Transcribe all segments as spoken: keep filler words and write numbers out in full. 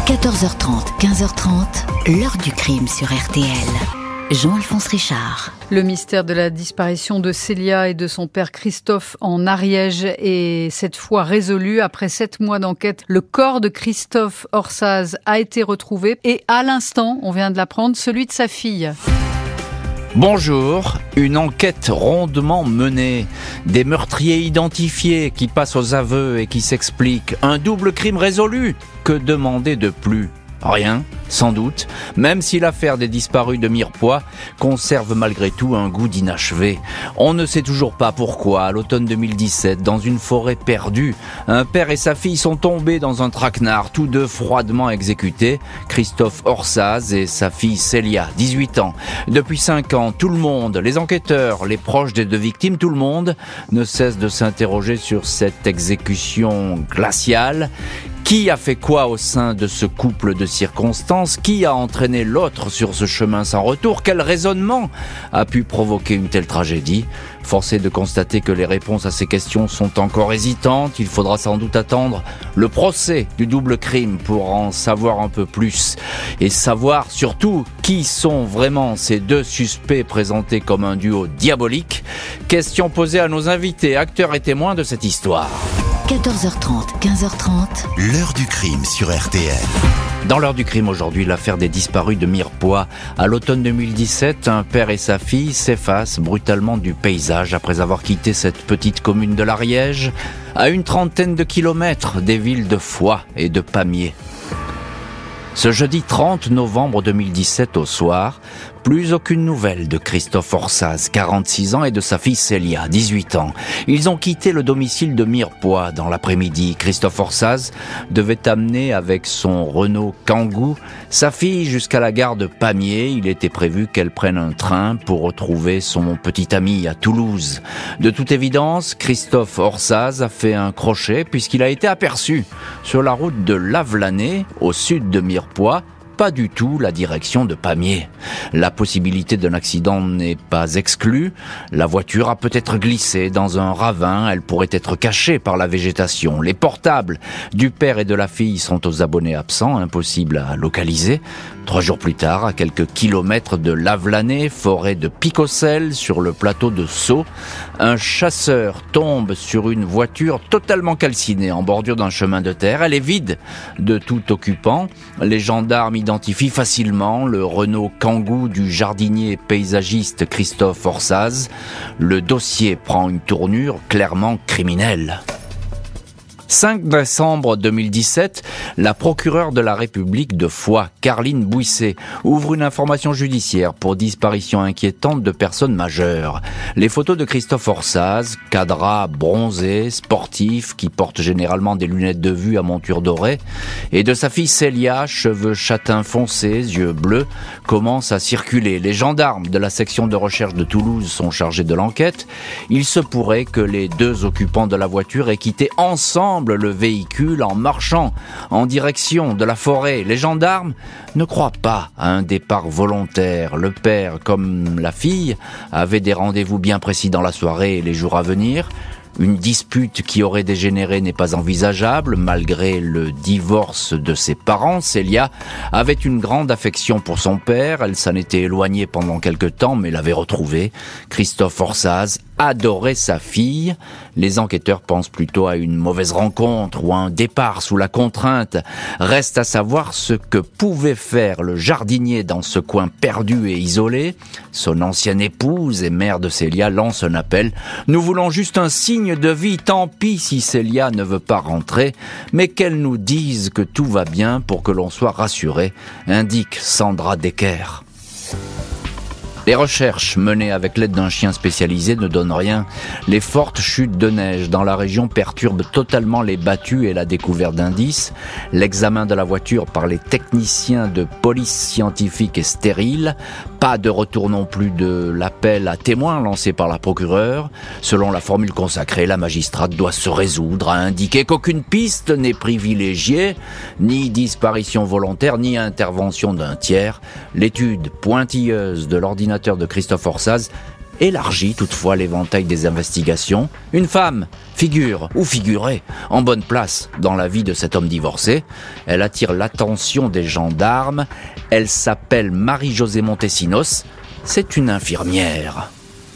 quatorze heures trente, quinze heures trente, l'heure du crime sur R T L. Jean-Alphonse Richard. Le mystère de la disparition de Célia et de son père Christophe en Ariège est cette fois résolu. Après sept mois d'enquête, le corps de Christophe Orsaz a été retrouvé et à l'instant, on vient de l'apprendre, celui de sa fille. Bonjour, une enquête rondement menée, des meurtriers identifiés qui passent aux aveux et qui s'expliquent, un double crime résolu, que demander de plus ? Rien, sans doute, même si l'affaire des disparus de Mirepoix conserve malgré tout un goût d'inachevé. On ne sait toujours pas pourquoi, à l'automne deux mille dix-sept, dans une forêt perdue, un père et sa fille sont tombés dans un traquenard, tous deux froidement exécutés, Christophe Orsaz et sa fille Célia, dix-huit ans. Depuis cinq ans, tout le monde, les enquêteurs, les proches des deux victimes, tout le monde ne cesse de s'interroger sur cette exécution glaciale. Qui a fait quoi au sein de ce couple de circonstances ? Qui a entraîné l'autre sur ce chemin sans retour ? Quel raisonnement a pu provoquer une telle tragédie ? Force est de constater que les réponses à ces questions sont encore hésitantes. Il faudra sans doute attendre le procès du double crime pour en savoir un peu plus et savoir surtout qui sont vraiment ces deux suspects présentés comme un duo diabolique. Question posée à nos invités, acteurs et témoins de cette histoire. quatorze heures trente, quinze heures trente. L'heure du crime sur R T L. Dans l'heure du crime aujourd'hui, l'affaire des disparus de Mirepoix. À l'automne deux mille dix-sept, un père et sa fille s'effacent brutalement du paysage après avoir quitté cette petite commune de l'Ariège, à une trentaine de kilomètres des villes de Foix et de Pamiers. Ce jeudi trente novembre deux mille dix-sept au soir, plus aucune nouvelle de Christophe Orsaz, quarante-six ans, et de sa fille Célia, dix-huit ans. Ils ont quitté le domicile de Mirepoix dans l'après-midi. Christophe Orsaz devait amener avec son Renault Kangoo sa fille jusqu'à la gare de Pamiers. Il était prévu qu'elle prenne un train pour retrouver son petit ami à Toulouse. De toute évidence, Christophe Orsaz a fait un crochet puisqu'il a été aperçu sur la route de Lavelanet, au sud de Mirepoix, pas du tout la direction de Pamiers. La possibilité d'un accident n'est pas exclue. La voiture a peut-être glissé dans un ravin, elle pourrait être cachée par la végétation. Les portables du père et de la fille sont aux abonnés absents, impossibles à localiser. Trois jours plus tard, à quelques kilomètres de Lavelanet, forêt de Picocel, sur le plateau de Sceaux, un chasseur tombe sur une voiture totalement calcinée en bordure d'un chemin de terre. Elle est vide de tout occupant. Les gendarmes identifient facilement le Renault Kangoo du jardinier paysagiste Christophe Orsaz. Le dossier prend une tournure clairement criminelle. cinq décembre deux mille dix-sept, la procureure de la République de Foix, Carline Bouisset, ouvre une information judiciaire pour disparition inquiétante de personnes majeures. Les photos de Christophe Orsaz, cadra bronzé, sportif, qui porte généralement des lunettes de vue à monture dorée, et de sa fille Célia, cheveux châtains foncés, yeux bleus, commencent à circuler. Les gendarmes de la section de recherche de Toulouse sont chargés de l'enquête. Il se pourrait que les deux occupants de la voiture aient quitté ensemble le véhicule en marchant en direction de la forêt. Les gendarmes ne croient pas à un départ volontaire. Le père, comme la fille, avait des rendez-vous bien précis dans la soirée et les jours à venir. Une dispute qui aurait dégénéré n'est pas envisageable. Malgré le divorce de ses parents, Célia avait une grande affection pour son père. Elle s'en était éloignée pendant quelque temps, mais l'avait retrouvé. Christophe Orsaz adorait sa fille. Les enquêteurs pensent plutôt à une mauvaise rencontre ou à un départ sous la contrainte. Reste à savoir ce que pouvait faire le jardinier dans ce coin perdu et isolé. Son ancienne épouse et mère de Célia lance un appel. Nous voulons juste un signe de vie, tant pis si Célia ne veut pas rentrer, mais qu'elle nous dise que tout va bien pour que l'on soit rassuré, indique Sandra Decker. Les recherches menées avec l'aide d'un chien spécialisé ne donnent rien. Les fortes chutes de neige dans la région perturbent totalement les battues et la découverte d'indices. L'examen de la voiture par les techniciens de police scientifique est stérile. Pas de retour non plus de l'appel à témoins lancé par la procureure. Selon la formule consacrée, la magistrate doit se résoudre à indiquer qu'aucune piste n'est privilégiée, ni disparition volontaire, ni intervention d'un tiers. L'étude pointilleuse de l'ordinateur de Christophe Orsaz élargit toutefois l'éventail des investigations. Une femme figure, ou figurait, en bonne place dans la vie de cet homme divorcé. Elle attire l'attention des gendarmes. Elle s'appelle Marie-Josée Montesinos. C'est une infirmière.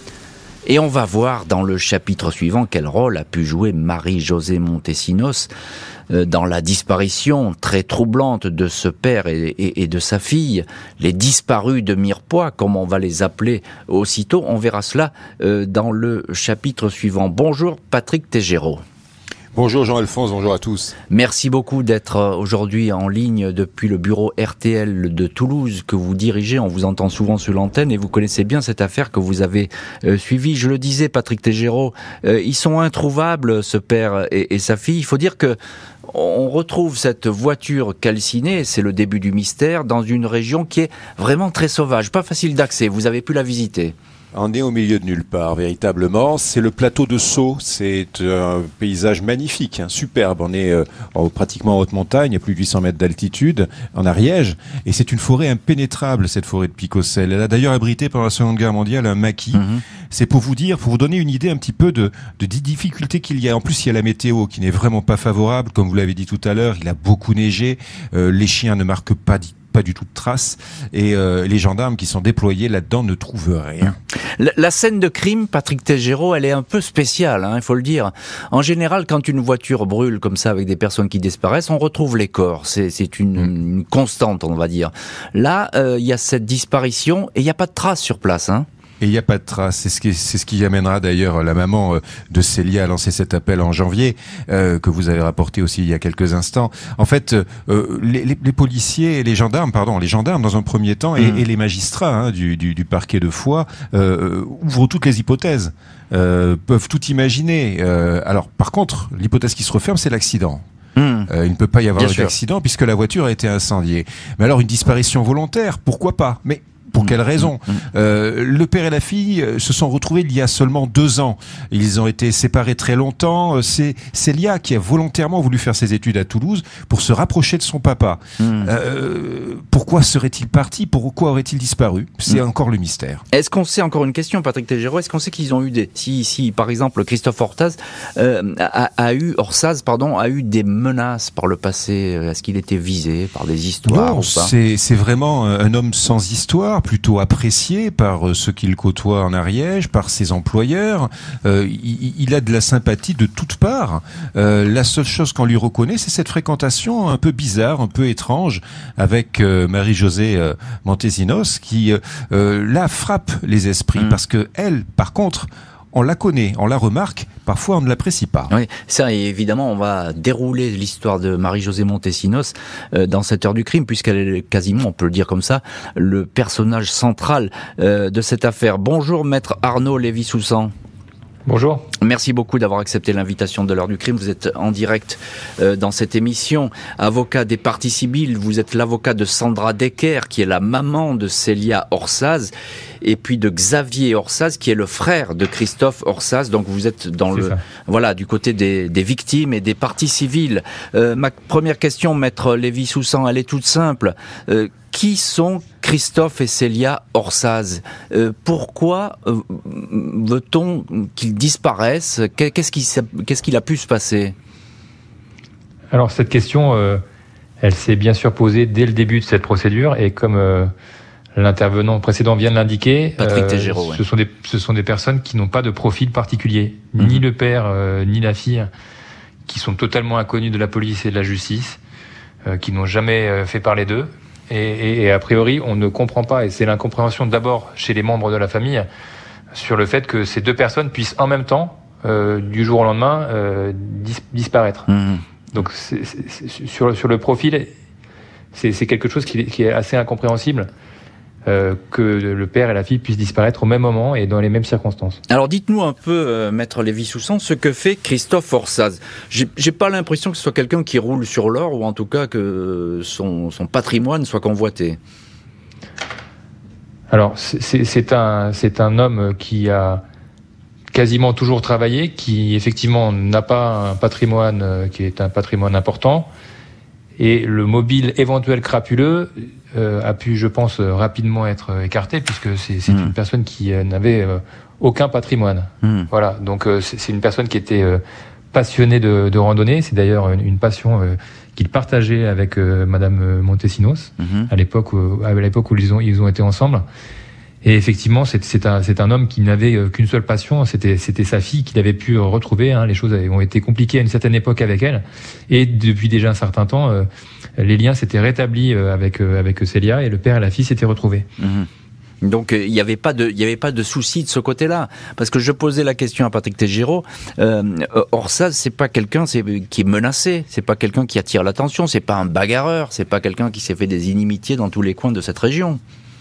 Et on va voir dans le chapitre suivant quel rôle a pu jouer Marie-Josée Montesinos dans la disparition très troublante de ce père et, et, et de sa fille, les disparus de Mirepoix, comme on va les appeler aussitôt. On verra cela dans le chapitre suivant. Bonjour Patrick Tégéraud. Bonjour Jean-Alphonse, bonjour à tous. Merci beaucoup d'être aujourd'hui en ligne depuis le bureau R T L de Toulouse que vous dirigez. On vous entend souvent sur l'antenne et vous connaissez bien cette affaire que vous avez euh, suivie. Je le disais, Patrick Tégéraud, euh, ils sont introuvables, ce père et, et sa fille. Il faut dire que on retrouve cette voiture calcinée, c'est le début du mystère, dans une région qui est vraiment très sauvage, pas facile d'accès. Vous avez pu la visiter. On est au milieu de nulle part, véritablement. C'est le plateau de Sceaux. C'est un paysage magnifique, hein, superbe. On est euh, en, pratiquement en haute montagne, à plus de huit cents mètres d'altitude, en Ariège. Et c'est une forêt impénétrable, cette forêt de Picocel. Elle a d'ailleurs abrité pendant la Seconde Guerre mondiale un maquis. Mmh. C'est pour vous dire, pour vous donner une idée un petit peu de, de difficultés qu'il y a. En plus, il y a la météo qui n'est vraiment pas favorable. Comme vous l'avez dit tout à l'heure, il a beaucoup neigé. Euh, les chiens ne marquent pas pas du tout de traces, et euh, les gendarmes qui sont déployés là-dedans ne trouvent rien. La, la scène de crime, Patrick Tégéraud, elle est un peu spéciale, hein, il faut le dire. En général, quand une voiture brûle comme ça avec des personnes qui disparaissent, on retrouve les corps. C'est, c'est une, mmh. une constante, on va dire. Là, il euh, y a cette disparition et il n'y a pas de traces sur place, hein. Et il n'y a pas de traces. C'est ce qui, c'est ce qui amènera d'ailleurs la maman de Célia à lancer cet appel en janvier, euh, que vous avez rapporté aussi il y a quelques instants. En fait, euh, les, les, les policiers et les gendarmes, pardon, les gendarmes dans un premier temps, et, mmh. et les magistrats hein, du, du, du parquet de Foix euh, ouvrent toutes les hypothèses, euh, peuvent tout imaginer. Euh, alors, par contre, l'hypothèse qui se referme, c'est l'accident. Mmh. Euh, il ne peut pas y avoir d'accident puisque la voiture a été incendiée. Mais alors, une disparition volontaire, pourquoi pas ? Mais pour quelle raison ? euh, Le père et la fille se sont retrouvés il y a seulement deux ans. Ils ont été séparés très longtemps. C'est Célia qui a volontairement voulu faire ses études à Toulouse pour se rapprocher de son papa. Mm. Euh, pourquoi serait-il parti ? Pourquoi aurait-il disparu ? C'est mm. encore le mystère. Est-ce qu'on sait, encore une question, Patrick Tégéraud, est-ce qu'on sait qu'ils ont eu des... Si, si par exemple, Christophe Ortaz euh, a, a eu, Orsaz, pardon, a eu des menaces par le passé. Est-ce qu'il était visé par des histoires non, ou pas ? c'est, c'est vraiment un homme sans histoire, plutôt apprécié par ceux qu'il côtoie en Ariège, par ses employeurs. Euh, il, il a de la sympathie de toutes parts. Euh, la seule chose qu'on lui reconnaît, c'est cette fréquentation un peu bizarre, un peu étrange avec euh, Marie-Josée euh, Montesinos qui, euh, là, frappe les esprits. Mmh. Parce que elle, par contre, on la connaît, on la remarque, parfois on ne l'apprécie pas. Oui, ça, et évidemment, on va dérouler l'histoire de Marie-Josée Montesinos euh, dans cette heure du crime, puisqu'elle est quasiment, on peut le dire comme ça, le personnage central euh, de cette affaire. Bonjour, maître Arnaud Lévy-Soussan. Bonjour. Merci beaucoup d'avoir accepté l'invitation de l'heure du crime. Vous êtes en direct euh, dans cette émission. Avocat des parties civiles, vous êtes l'avocat de Sandra Decker, qui est la maman de Célia Orsaz, et puis de Xavier Orsaz, qui est le frère de Christophe Orsaz. Donc vous êtes dans C'est le, ça. voilà, du côté des, des victimes et des parties civiles. Euh, ma première question, maître Lévy-Soussan, elle est toute simple. Euh, Qui sont Christophe et Célia Orsaz ? euh, Pourquoi euh, veut-on qu'ils disparaissent ? Qu'est-ce qui, qu'est-ce qu'il a pu se passer ? Alors cette question, euh, elle s'est bien sûr posée dès le début de cette procédure, et comme euh, l'intervenant précédent vient de l'indiquer, Patrick Tégéraud, euh, ce, ouais. sont des, ce sont des personnes qui n'ont pas de profil particulier, mmh. ni le père euh, ni la fille, qui sont totalement inconnus de la police et de la justice, euh, qui n'ont jamais euh, fait parler d'eux. Et, et, et a priori, on ne comprend pas, et c'est l'incompréhension d'abord chez les membres de la famille, sur le fait que ces deux personnes puissent en même temps, euh, du jour au lendemain, euh, dis, disparaître. Mmh. Donc c'est, c'est, c'est, sur, sur le profil, c'est, c'est quelque chose qui, qui est assez incompréhensible. Euh, que le père et la fille puissent disparaître au même moment et dans les mêmes circonstances. Alors dites-nous un peu, euh, maître Lévy-Soussan, ce que fait Christophe Orsaz. J'ai, j'ai pas l'impression que ce soit quelqu'un qui roule sur l'or, ou en tout cas que son, son patrimoine soit convoité. Alors c'est, c'est, un, c'est un homme qui a quasiment toujours travaillé, qui effectivement n'a pas un patrimoine qui est un patrimoine important, et le mobile éventuel crapuleux euh, a pu, je pense, rapidement être écarté, puisque c'est, c'est mmh. une personne qui euh, n'avait euh, aucun patrimoine. Mmh. Voilà, donc euh, c'est, c'est une personne qui était euh, passionnée de, de randonnée. C'est d'ailleurs une, une passion euh, qu'il partageait avec euh, Madame Montesinos mmh. à l'époque où, à l'époque où ils ont ils ont été ensemble. Et effectivement, c'est, c'est un c'est un homme qui n'avait euh, qu'une seule passion, c'était c'était sa fille qu'il avait pu retrouver. Hein. Les choses ont été compliquées à une certaine époque avec elle, et depuis déjà un certain temps, euh, les liens s'étaient rétablis euh, avec euh, avec Célia, et le père et la fille s'étaient retrouvés. Mmh. Donc il euh, n'y avait pas de il y avait pas de souci de ce côté-là, parce que je posais la question à Patrick Tégéraud. Euh, Orsaz, c'est pas quelqu'un c'est, qui est menacé, c'est pas quelqu'un qui attire l'attention, c'est pas un bagarreur, c'est pas quelqu'un qui s'est fait des inimitiés dans tous les coins de cette région.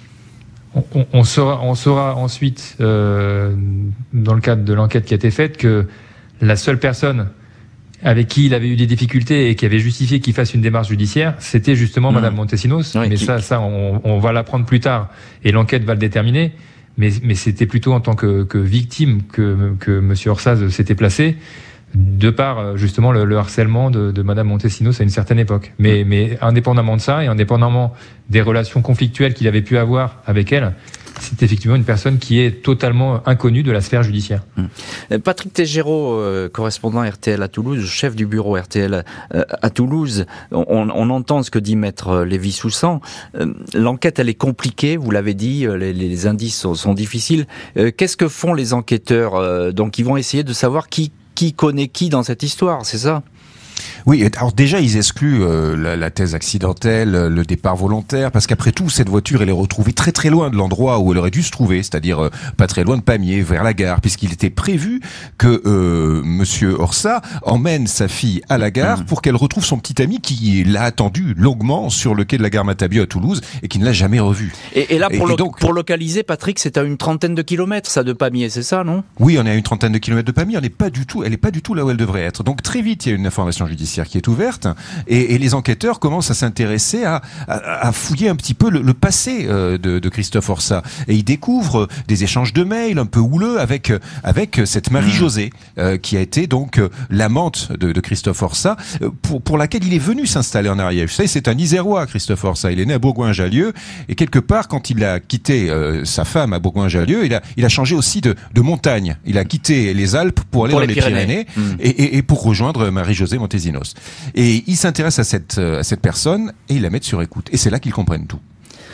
On, on, on saura on saura ensuite euh, dans le cadre de l'enquête qui a été faite que la seule personne avec qui il avait eu des difficultés et qui avait justifié qu'il fasse une démarche judiciaire, c'était justement mmh. Madame Montesinos. Oui, mais qui... ça, ça, on, on va l'apprendre plus tard et l'enquête va le déterminer. Mais, mais c'était plutôt en tant que, que victime que, que Monsieur Orsaz s'était placé, de par justement le, le harcèlement de, de Madame Montesinos à une certaine époque. Mais, mmh. mais indépendamment de ça et indépendamment des relations conflictuelles qu'il avait pu avoir avec elle, c'est effectivement une personne qui est totalement inconnue de la sphère judiciaire. Mmh. Patrick Tégéraud, euh, correspondant R T L à Toulouse, chef du bureau R T L euh, à Toulouse, on, on entend ce que dit Maître Lévy-Soussan. Euh, l'enquête, elle est compliquée, vous l'avez dit, les, les indices sont, sont difficiles. Euh, qu'est-ce que font les enquêteurs euh, Donc, ils vont essayer de savoir qui, qui connaît qui dans cette histoire, c'est ça ? Oui, alors déjà ils excluent euh, la, la thèse accidentelle, le départ volontaire, parce qu'après tout cette voiture elle est retrouvée très très loin de l'endroit où elle aurait dû se trouver, c'est-à-dire euh, pas très loin de Pamiers, vers la gare, puisqu'il était prévu que euh, Monsieur Orsaz emmène sa fille à la gare mmh. pour qu'elle retrouve son petit ami qui l'a attendu longuement sur le quai de la gare Matabiau à Toulouse et qui ne l'a jamais revu. Et, et là pour, et, lo- et donc, pour localiser, Patrick, c'est à une trentaine de kilomètres ça de Pamiers, c'est ça, non ? Oui, on est à une trentaine de kilomètres de Pamiers, elle n'est pas du tout, elle est pas du tout là où elle devrait être. Donc très vite il y a une information judiciaire qui est ouverte et, et les enquêteurs commencent à s'intéresser à, à, à fouiller un petit peu le, le passé euh, de, de Christophe Orsaz et ils découvrent des échanges de mails un peu houleux avec avec cette Marie-Josée euh, qui a été donc euh, l'amante de, de Christophe Orsaz euh, pour pour laquelle il est venu s'installer en Ariège. Vous savez, c'est un Isérois, Christophe Orsaz. Il est né à Bourgoin-Jallieu et quelque part quand il a quitté euh, sa femme à Bourgoin-Jallieu, il a il a changé aussi de de montagne. Il a quitté les Alpes pour aller pour dans les, les Pyrénées, Pyrénées mmh. et, et, et pour rejoindre Marie-Josée Montesinos. Et il s'intéresse à cette, à cette personne et il la met sur écoute. Et c'est là qu'ils comprennent tout.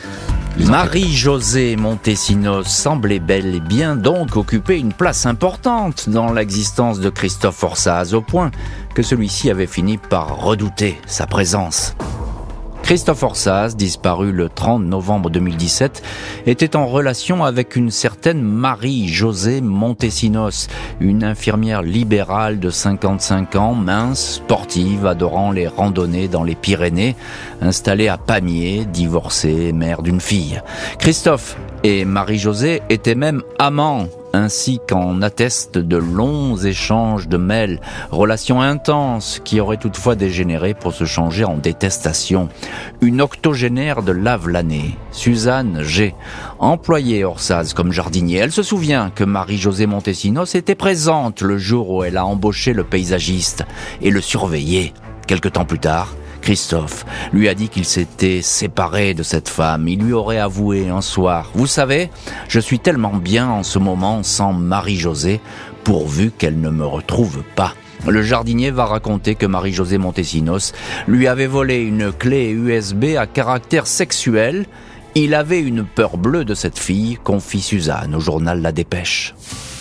Marie-Josée Montesinos semblait bel et bien donc occuper une place importante dans l'existence de Christophe Orsaz, au point que celui-ci avait fini par redouter sa présence. Christophe Orsaz, disparu le trente novembre deux mille dix-sept, était en relation avec une certaine Marie-Josée Montesinos, une infirmière libérale de cinquante-cinq ans, mince, sportive, adorant les randonnées dans les Pyrénées, installée à Pamiers, divorcée, mère d'une fille. Christophe et Marie-Josée étaient même amants, ainsi qu'en attestent de longs échanges de mails, relations intenses qui auraient toutefois dégénéré pour se changer en détestation. Une octogénaire de Lavelanet, Suzanne G, employée Orsaz comme jardinier. Elle se souvient que Marie-Josée Montesinos était présente le jour où elle a embauché le paysagiste et le surveillait. Quelque temps plus tard, Christophe lui a dit qu'il s'était séparé de cette femme. Il lui aurait avoué un soir: « Vous savez, je suis tellement bien en ce moment sans Marie-Josée, pourvu qu'elle ne me retrouve pas. » Le jardinier va raconter que Marie-Josée Montesinos lui avait volé une clé U S B à caractère sexuel. Il avait une peur bleue de cette fille, confie Suzanne au journal La Dépêche.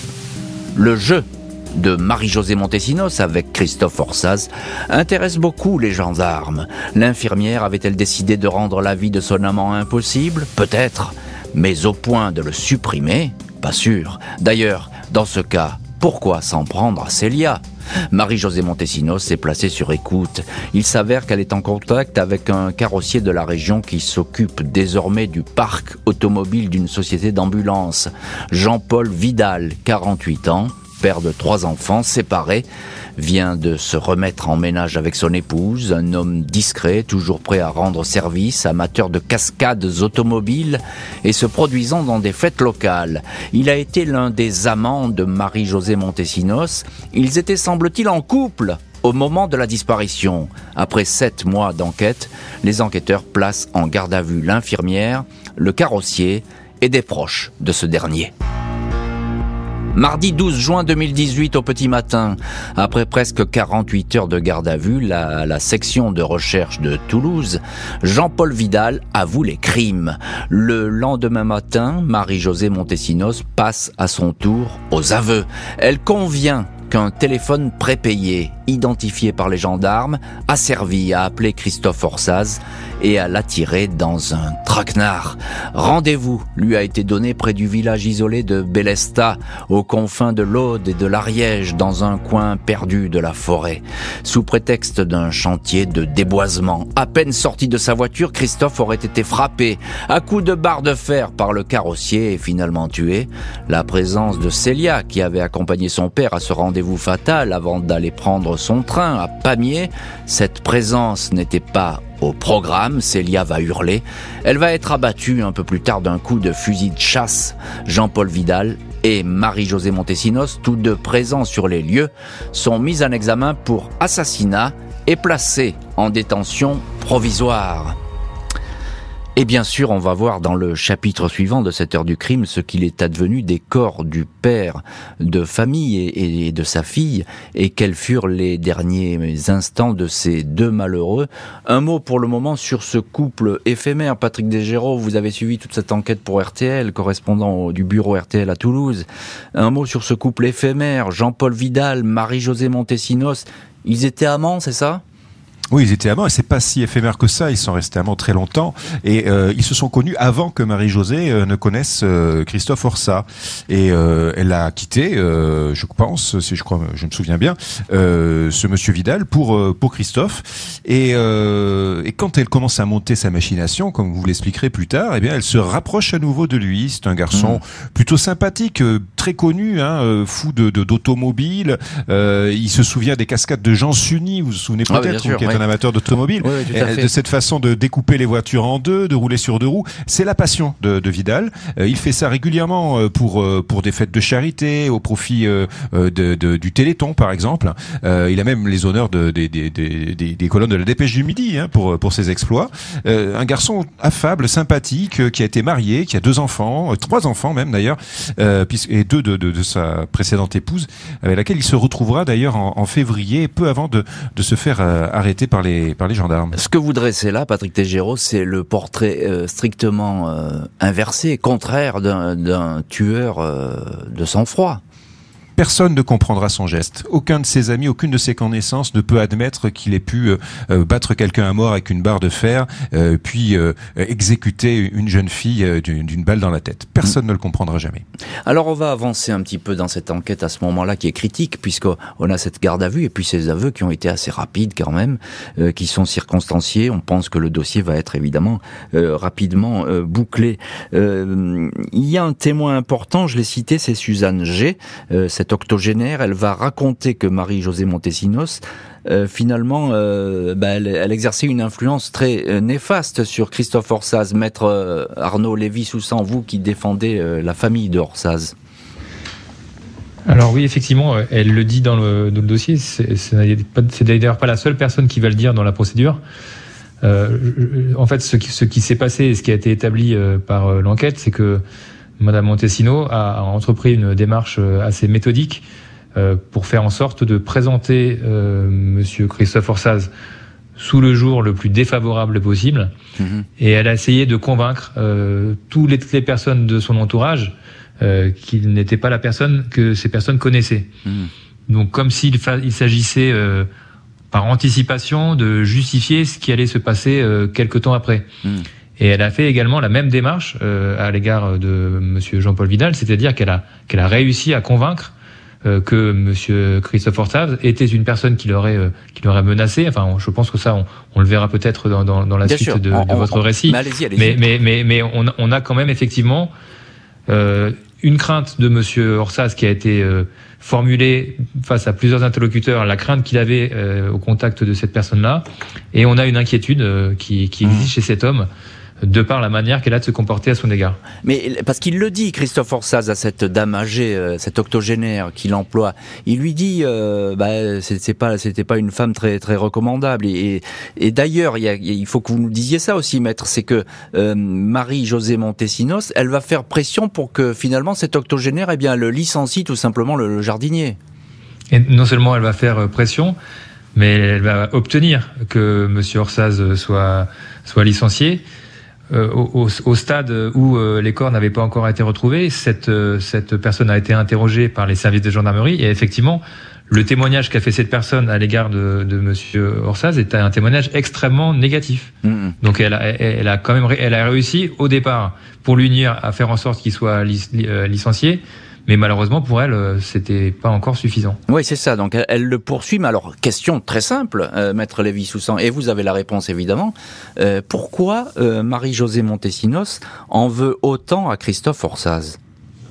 Le jeu de Marie-Josée Montesinos avec Christophe Orsaz intéresse beaucoup les gendarmes. L'infirmière avait-elle décidé de rendre la vie de son amant impossible ? Peut-être, mais au point de le supprimer ? Pas sûr. D'ailleurs, dans ce cas, pourquoi s'en prendre à Célia ? Marie-Josée Montesinos est placée sur écoute. Il s'avère qu'elle est en contact avec un carrossier de la région qui s'occupe désormais du parc automobile d'une société d'ambulance. Jean-Paul Vidal, quarante-huit ans, père de trois enfants, séparé, vient de se remettre en ménage avec son épouse, un homme discret, toujours prêt à rendre service, amateur de cascades automobiles et se produisant dans des fêtes locales. Il a été l'un des amants de Marie-Josée Montesinos. Ils étaient, semble-t-il, en couple au moment de la disparition. Après sept mois d'enquête, les enquêteurs placent en garde à vue l'infirmière, le carrossier et des proches de ce dernier. Mardi douze juin deux mille dix-huit au petit matin, après presque quarante-huit heures de garde à vue, la, la section de recherche de Toulouse, Jean-Paul Vidal avoue les crimes. Le lendemain matin, Marie-Josée Montesinos passe à son tour aux aveux. Elle convient qu'un téléphone prépayé, identifié par les gendarmes, a servi à appeler Christophe Orsaz et à l'attirer dans un traquenard. Rendez-vous lui a été donné près du village isolé de Bélesta, aux confins de l'Aude et de l'Ariège, dans un coin perdu de la forêt. Sous prétexte d'un chantier de déboisement, à peine sorti de sa voiture, Christophe aurait été frappé à coups de barre de fer par le carrossier et finalement tué. La présence de Célia, qui avait accompagné son père à ce rendez-vous fatal avant d'aller prendre son train à Pamiers, cette présence n'était pas au programme. Célia va hurler. Elle va être abattue un peu plus tard d'un coup de fusil de chasse. Jean-Paul Vidal et Marie-Josée Montesinos, tous deux présents sur les lieux, sont mis en examen pour assassinat et placés en détention provisoire. Et bien sûr, on va voir dans le chapitre suivant de cette heure du crime ce qu'il est advenu des corps du père de famille et de sa fille, et quels furent les derniers instants de ces deux malheureux. Un mot pour le moment sur ce couple éphémère. Patrick Desgéraud, vous avez suivi toute cette enquête pour R T L, correspondant du bureau R T L à Toulouse. Un mot sur ce couple éphémère, Jean-Paul Vidal, Marie-Josée Montesinos. Ils étaient amants, c'est ça ? Oui, ils étaient amants, et c'est pas si éphémère que ça, ils sont restés amants très longtemps, et euh, ils se sont connus avant que Marie-Josée euh, ne connaisse euh, Christophe Orsaz, et euh, elle a quitté, euh, je pense, si je crois, je me souviens bien, euh, ce monsieur Vidal pour euh, pour Christophe, et, euh, et quand elle commence à monter sa machination, comme vous l'expliquerez plus tard, eh bien elle se rapproche à nouveau de lui. C'est un garçon mmh. plutôt sympathique, euh, très connu, hein, euh, fou de, de d'automobile, euh, il se souvient des cascades de Jean Sunny, vous vous souvenez peut-être, ah, oui, un amateur d'automobile, oui, oui, de cette façon de découper les voitures en deux, de rouler sur deux roues, c'est la passion de, de Vidal. Euh, il fait ça régulièrement pour pour des fêtes de charité, au profit euh, de, de, du Téléthon par exemple. Euh, il a même les honneurs de, de, de, de, de, des colonnes de la Dépêche du Midi, hein, pour pour ses exploits. Euh, un garçon affable, sympathique, qui a été marié, qui a deux enfants, euh, trois enfants même d'ailleurs, euh, et deux de, de, de sa précédente épouse, avec laquelle il se retrouvera d'ailleurs en, en février, peu avant de, de se faire euh, arrêter par les par les gendarmes. Ce que vous dressez là, Patrick Desgéraud, c'est le portrait euh, strictement euh, inversé, contraire d'un, d'un tueur euh, de sang-froid. Personne ne comprendra son geste. Aucun de ses amis, aucune de ses connaissances ne peut admettre qu'il ait pu euh, battre quelqu'un à mort avec une barre de fer, euh, puis euh, exécuter une jeune fille euh, d'une, d'une balle dans la tête. Personne mmh. ne le comprendra jamais. Alors on va avancer un petit peu dans cette enquête à ce moment-là qui est critique, puisqu'on a cette garde à vue et puis ces aveux qui ont été assez rapides quand même, euh, qui sont circonstanciés. On pense que le dossier va être évidemment euh, rapidement euh, bouclé. Euh, il y a un témoin important, je l'ai cité, c'est Suzanne G, euh, cette octogénaire. Elle va raconter que Marie-Josée Montesinos, euh, finalement, euh, bah, elle, elle exerçait une influence très euh, néfaste sur Christophe Orsaz. Maître euh, Arnaud Lévy-Soussan, vous qui défendez euh, la famille de Orsaz. Alors oui, effectivement, elle le dit dans le, dans le dossier. C'est, c'est, c'est d'ailleurs pas la seule personne qui va le dire dans la procédure. Euh, en fait, ce qui, ce qui s'est passé et ce qui a été établi euh, par euh, l'enquête, c'est que Madame Montesinos a entrepris une démarche assez méthodique euh, pour faire en sorte de présenter euh, Monsieur Christophe Orsaz sous le jour le plus défavorable possible. Mmh. Et elle a essayé de convaincre euh, toutes les, toutes les personnes de son entourage euh, qu'il n'était pas la personne que ces personnes connaissaient. Mmh. Donc comme s'il fa- il s'agissait euh, par anticipation de justifier ce qui allait se passer euh, quelque temps après. Mmh. Et elle a fait également la même démarche euh, à l'égard de Monsieur Jean-Paul Vidal, c'est-à-dire qu'elle a qu'elle a réussi à convaincre euh, que Monsieur Christophe Orsaz était une personne qui l'aurait euh, qui l'aurait menacé. Enfin, je pense que ça, on, on le verra peut-être dans, dans, dans la Bien suite sûr, de, on, de votre on, récit. Mais allez-y, allez-y. Mais, mais mais mais on, on a quand même effectivement euh, une crainte de Monsieur Orsaz qui a été euh, formulée face à plusieurs interlocuteurs, la crainte qu'il avait euh, au contact de cette personne-là, et on a une inquiétude euh, qui, qui existe mmh. chez cet homme. de par la manière qu'elle a de se comporter à son égard. Mais parce qu'il le dit, Christophe Orsaz, à cette dame âgée, euh, cette octogénaire qu'il emploie, il lui dit, euh, bah, c'est, c'est pas, c'était pas une femme très très recommandable. Et, et d'ailleurs, il, y a, il faut que vous nous disiez ça aussi, maître, c'est que euh, Marie-Josée Montesinos, elle va faire pression pour que finalement cette octogénaire, eh bien, le licencie tout simplement le, le jardinier. Et non seulement elle va faire pression, mais elle va obtenir que M. Orsaz soit soit licencié. Euh, au, au, au stade où euh, les corps n'avaient pas encore été retrouvés, cette, euh, cette personne a été interrogée par les services de gendarmerie et effectivement, le témoignage qu'a fait cette personne à l'égard de, de M. Orsaz est un témoignage extrêmement négatif. Mmh. Donc elle a, elle a quand même elle a réussi au départ pour l'unir à faire en sorte qu'il soit lic, euh, licencié. Mais malheureusement, pour elle, c'était pas encore suffisant. Oui, c'est ça. Donc, elle, elle le poursuit. Mais alors, question très simple, euh, Maître Lévy-Soussan, et vous avez la réponse, évidemment. Euh, pourquoi euh, Marie-Josée Montesinos en veut autant à Christophe Orsaz ?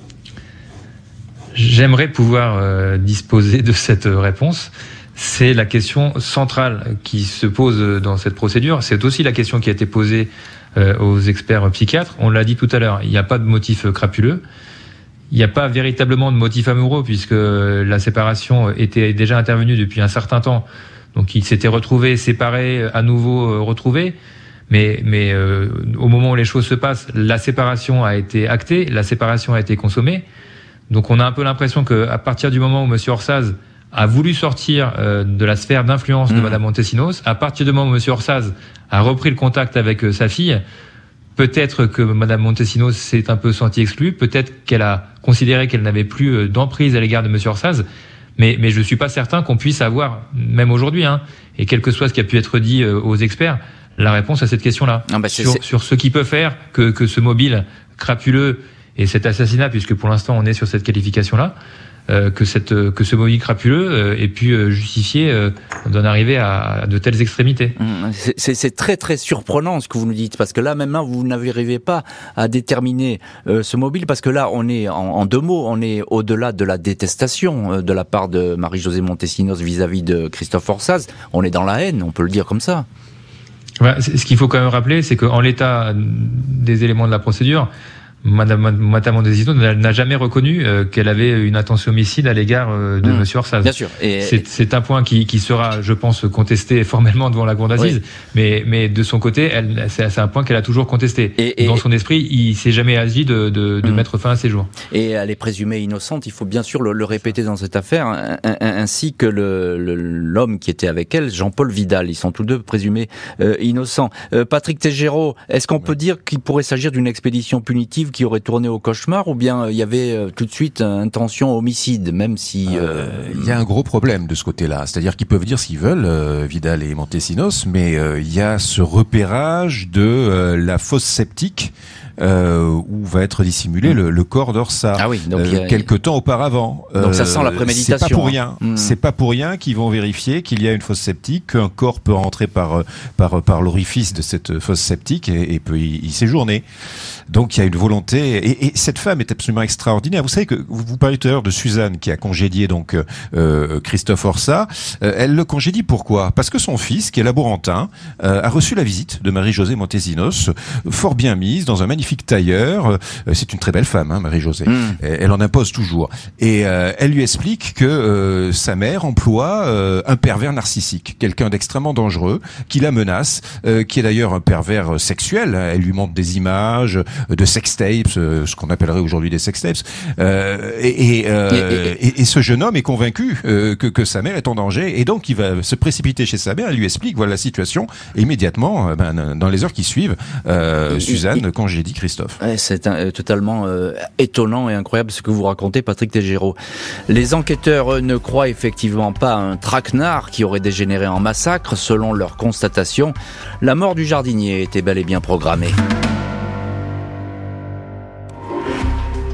J'aimerais pouvoir euh, disposer de cette réponse. C'est la question centrale qui se pose dans cette procédure. C'est aussi la question qui a été posée euh, aux experts psychiatres. On l'a dit tout à l'heure, il n'y a pas de motif crapuleux. Il n'y a pas véritablement de motif amoureux puisque la séparation était déjà intervenue depuis un certain temps. Donc ils s'étaient retrouvés, séparés, à nouveau retrouvés. Mais, mais euh, au moment où les choses se passent, la séparation a été actée, la séparation a été consommée. Donc on a un peu l'impression qu'à partir du moment où M. Orsaz a voulu sortir euh, de la sphère d'influence mmh. de Mme Montesinos, à partir du moment où M. Orsaz a repris le contact avec euh, sa fille, peut-être que Mme Montesinos s'est un peu sentie exclue, peut-être qu'elle a considéré qu'elle n'avait plus d'emprise à l'égard de M. Orsaz, mais, mais je ne suis pas certain qu'on puisse avoir, même aujourd'hui, hein, et quel que soit ce qui a pu être dit aux experts, la réponse à cette question-là. Non, bah, sur, sur ce qui peut faire que, que ce mobile crapuleux et cet assassinat, puisque pour l'instant on est sur cette qualification-là, euh, que, cette, que ce mobile crapuleux euh, ait pu euh, justifier euh, d'en arriver à, à de telles extrémités. C'est, c'est, c'est très très surprenant ce que vous nous dites, parce que là maintenant vous n'arrivez pas à déterminer euh, ce mobile, parce que là on est en, en deux mots, on est au-delà de la détestation euh, de la part de Marie-Josée Montesinos vis-à-vis de Christophe Orsaz, on est dans la haine, on peut le dire comme ça. Ouais, ce qu'il faut quand même rappeler, c'est qu'en l'état des éléments de la procédure, Madame Montesinos n'a jamais reconnu euh, qu'elle avait une intention homicide à l'égard euh, de mmh. M. Orsaz. Bien sûr. Et... C'est, c'est un point qui, qui sera, je pense, contesté formellement devant la cour d'assises. Oui. Mais, mais de son côté, elle, c'est, c'est un point qu'elle a toujours contesté. Et, et, Dans son esprit, il s'est jamais agi de, de, de mmh. mettre fin à ses jours. Et elle est présumée innocente. Il faut bien sûr le, le répéter dans cette affaire, un, un, ainsi que le, le, l'homme qui était avec elle, Jean-Paul Vidal. Ils sont tous deux présumés euh, innocents. Euh, Patrick Tégéraud, est-ce qu'on oui. peut dire qu'il pourrait s'agir d'une expédition punitive qui aurait tourné au cauchemar, ou bien il euh, y avait euh, tout de suite euh, intention homicide, même si... Il euh, euh, y a un gros problème de ce côté-là, c'est-à-dire qu'ils peuvent dire ce qu'ils veulent, euh, Vidal et Montesinos, mais il euh, y a ce repérage de euh, la fosse septique Euh, où va être dissimulé mmh. le, le corps d'Orsaz. Ah oui, donc euh, a... quelque temps auparavant. Donc euh, ça sent la préméditation. C'est pas pour rien. Mmh. C'est pas pour rien qu'ils vont vérifier qu'il y a une fosse septique, qu'un corps peut rentrer par par par l'orifice de cette fosse septique et, et peut y, y séjourner. Donc il y a une volonté. Et, et cette femme est absolument extraordinaire. Vous savez que vous, vous parliez tout à l'heure de Suzanne qui a congédié donc euh, Christophe Orsaz. Euh, elle le congédie pourquoi ? Parce que son fils, qui est laborantin, euh, a reçu la visite de Marie-Josée Montesinos, fort bien mise dans un magnifique tailleur. C'est une très belle femme, hein, Marie-Josée. Mmh. Elle en impose toujours. Et euh, elle lui explique que euh, sa mère emploie euh, un pervers narcissique, quelqu'un d'extrêmement dangereux, qui la menace, euh, qui est d'ailleurs un pervers sexuel. Elle lui montre des images de sextapes, euh, ce qu'on appellerait aujourd'hui des sextapes. Euh, et, et, euh, et, et, et ce jeune homme est convaincu euh, que, que sa mère est en danger, et donc il va se précipiter chez sa mère. Elle lui explique voilà la situation. Et immédiatement, ben, dans les heures qui suivent, euh, Suzanne congédie Christophe. C'est un, euh, totalement euh, étonnant et incroyable ce que vous racontez, Patrick Tégéraud. Les enquêteurs eux, ne croient effectivement pas à un traquenard qui aurait dégénéré en massacre. Selon leur constatation, la mort du jardinier était bel et bien programmée.